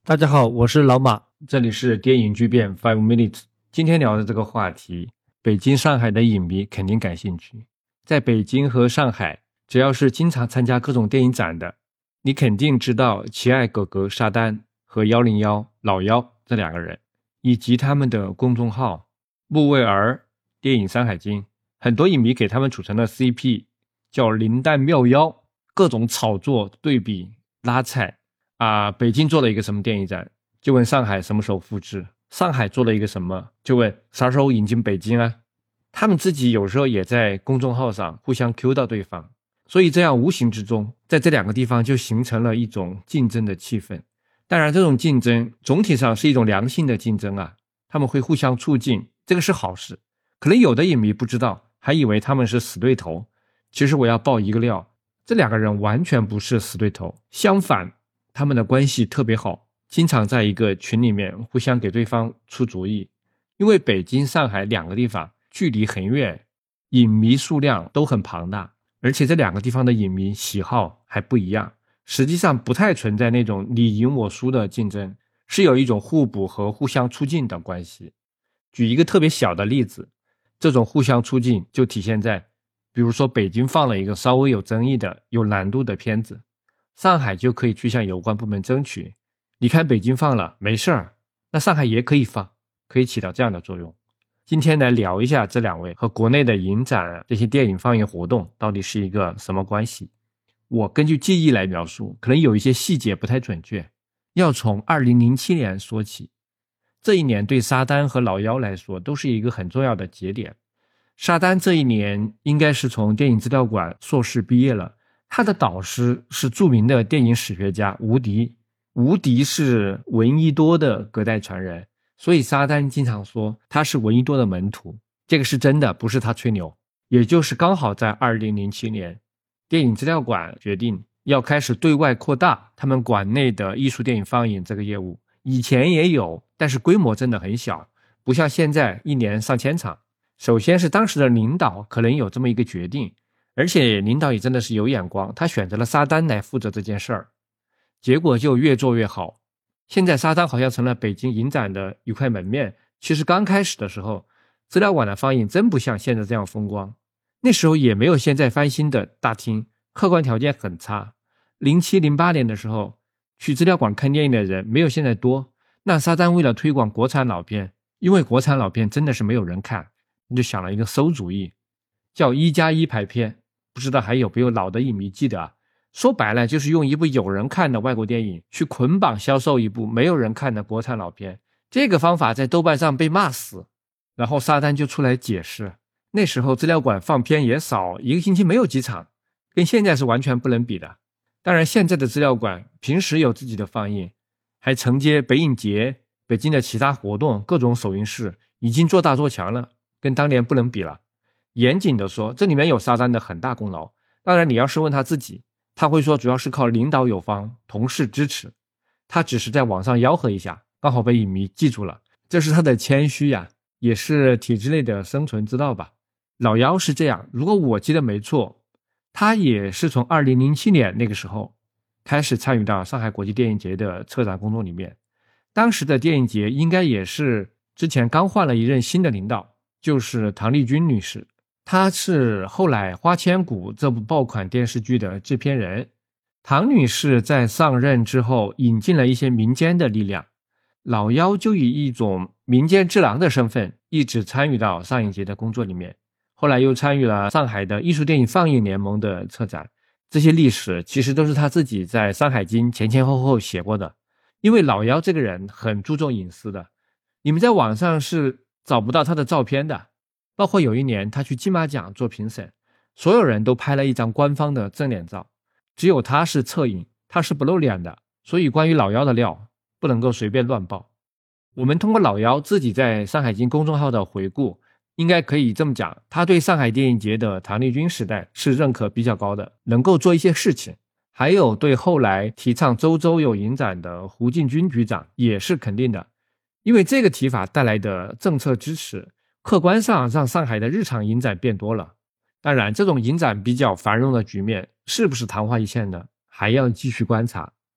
大家好，我是老马，这里是电影巨变 Five Minutes。今天聊的这个话题，北京、上海的影迷肯定感兴趣。在北京和上海，只要是经常参加各种电影展的，你肯定知道奇爱哥哥沙丹和101老妖这两个人，以及他们的公众号木卫儿电影山海经。很多影迷给他们组成了 CP， 叫灵丹妙妖，各种炒作、对比、拉踩。北京做了一个什么电影展，就问上海什么时候复制，上海做了一个什么，就问啥时候引进北京啊。他们自己有时候也在公众号上互相 Q 到对方，所以这样无形之中在这两个地方就形成了一种竞争的气氛。当然这种竞争总体上是一种良性的竞争啊，他们会互相促进，这个是好事。可能有的影迷不知道，还以为他们是死对头。其实我要爆一个料，这两个人完全不是死对头，相反他们的关系特别好，经常在一个群里面互相给对方出主意。因为北京、上海两个地方距离很远，影迷数量都很庞大，而且这两个地方的影迷喜好还不一样，实际上不太存在那种你赢我输的竞争，是有一种互补和互相促进的关系。举一个特别小的例子，这种互相促进就体现在，比如说北京放了一个稍微有争议的、有难度的片子，上海就可以去向有关部门争取，你看北京放了没事儿，那上海也可以放，可以起到这样的作用。今天来聊一下这两位和国内的影展这些电影放映活动到底是一个什么关系。我根据记忆来描述，可能有一些细节不太准确，要从2007年说起。这一年对沙丹和老妖来说都是一个很重要的节点。沙丹这一年应该是从电影资料馆硕士毕业了，他的导师是著名的电影史学家吴迪，吴迪是闻一多的隔代传人，所以沙丹经常说他是闻一多的门徒，这个是真的，不是他吹牛。也就是刚好在2007年，电影资料馆决定要开始对外扩大他们馆内的艺术电影放映这个业务。以前也有，但是规模真的很小，不像现在一年上千场。首先是当时的领导可能有这么一个决定，而且领导也真的是有眼光，他选择了沙丹来负责这件事儿，结果就越做越好。现在沙丹好像成了北京影展的一块门面。其实刚开始的时候，资料馆的放映真不像现在这样风光，那时候也没有现在翻新的大厅，客观条件很差。07、08年的时候，去资料馆看电影的人没有现在多。那沙丹为了推广国产老片，因为国产老片真的是没有人看，就想了一个馊主意，叫1+1排片。不知道还有没有老的影迷记得啊？说白了就是用一部有人看的外国电影去捆绑销售一部没有人看的国产老片。这个方法在豆瓣上被骂死，然后沙丹就出来解释，那时候资料馆放片也少，一个星期没有几场，跟现在是完全不能比的。当然现在的资料馆平时有自己的放映，还承接北影节、北京的其他活动，各种首映式，已经做大做强了，跟当年不能比了。严谨的说，这里面有沙丹的很大功劳。当然你要是问他自己，他会说主要是靠领导有方、同事支持，他只是在网上吆喝一下，刚好被影迷记住了，这是他的谦虚呀，也是体制内的生存之道吧。老妖是这样，如果我记得没错，他也是从2007年那个时候开始参与到上海国际电影节的策展工作里面。当时的电影节应该也是之前刚换了一任新的领导，就是唐丽君女士，她是后来《花千骨》这部爆款电视剧的制片人。唐女士在上任之后引进了一些民间的力量，老妖就以一种民间智囊的身份一直参与到上影节的工作里面，后来又参与了上海的艺术电影放映联盟的策展。这些历史其实都是他自己在《山海经》前前后后写过的。因为老妖这个人很注重隐私的，你们在网上是找不到他的照片的。包括有一年他去金马奖做评审，所有人都拍了一张官方的正脸照，只有他是侧影，他是不露脸的。所以关于老妖的料不能够随便乱爆。我们通过老妖自己在山海经公众号的回顾，应该可以这么讲，他对上海电影节的唐丽君时代是认可比较高的，能够做一些事情。还有对后来提倡周周有影展的胡进军局长也是肯定的，因为这个提法带来的政策支持，客观上让上海的日常影展变多了。当然这种影展比较繁荣的局面是不是昙花一现的，还要继续观察。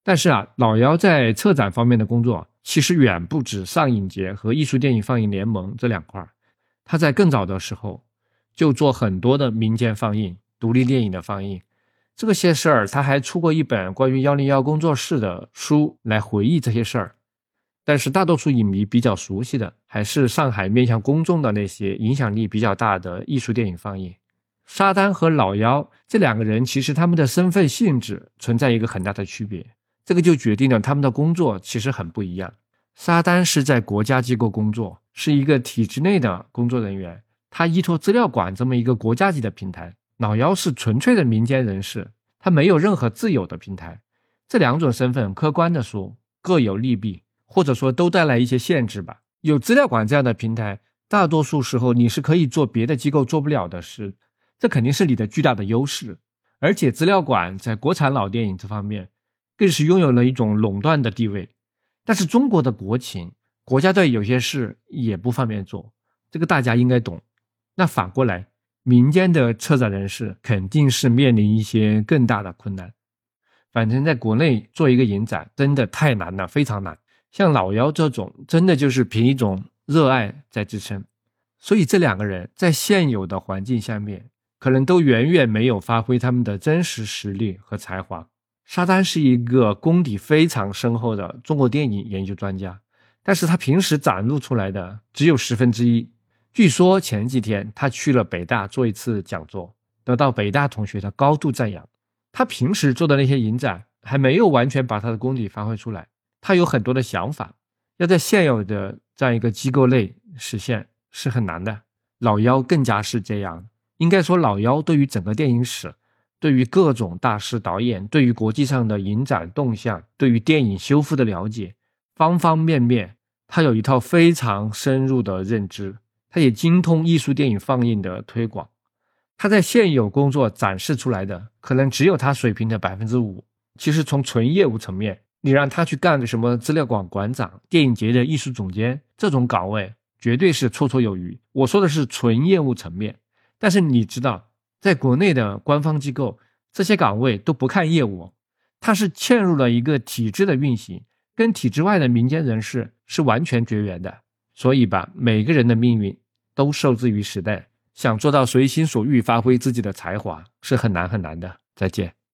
但是老姚在策展方面的工作其实远不止上影节和艺术电影放映联盟这两块。他在更早的时候就做很多的民间放映、独立电影的放映。这些事儿他还出过一本关于101工作室的书来回忆这些事儿。但是大多数影迷比较熟悉的还是上海面向公众的那些影响力比较大的艺术电影放映。沙丹和老姚这两个人其实他们的身份性质存在一个很大的区别，这个就决定了他们的工作其实很不一样。沙丹是在国家机构工作，是一个体制内的工作人员，他依托资料馆这么一个国家级的平台。老姚是纯粹的民间人士，他没有任何自有的平台。这两种身份客观的说各有利弊，或者说都带来一些限制吧。有资料馆这样的平台，大多数时候你是可以做别的机构做不了的事，这肯定是你的巨大的优势。而且资料馆在国产老电影这方面更是拥有了一种垄断的地位。但是中国的国情，国家队有些事也不方便做，这个大家应该懂。那反过来，民间的策展人士肯定是面临一些更大的困难。反正在国内做一个影展真的太难了，非常难。像老姚这种真的就是凭一种热爱在支撑。所以这两个人在现有的环境下面可能都远远没有发挥他们的真实实力和才华。沙丹是一个功底非常深厚的中国电影研究专家，但是他平时展露出来的只有1/10。据说前几天他去了北大做一次讲座，得到北大同学的高度赞扬。他平时做的那些影展还没有完全把他的功底发挥出来，他有很多的想法，要在现有的这样一个机构内实现是很难的。老姚更加是这样。应该说老姚对于整个电影史，对于各种大师导演，对于国际上的影展动向，对于电影修复的了解，方方面面他有一套非常深入的认知。他也精通艺术电影放映的推广，他在现有工作展示出来的可能只有他水平的 5%。 其实从纯业务层面，你让他去干个什么资料馆馆长、电影节的艺术总监，这种岗位绝对是绰绰有余。我说的是纯业务层面。但是你知道，在国内的官方机构，这些岗位都不看业务，它是嵌入了一个体制的运行，跟体制外的民间人士是完全绝缘的。所以吧，每个人的命运都受制于时代，想做到随心所欲发挥自己的才华是很难很难的。再见。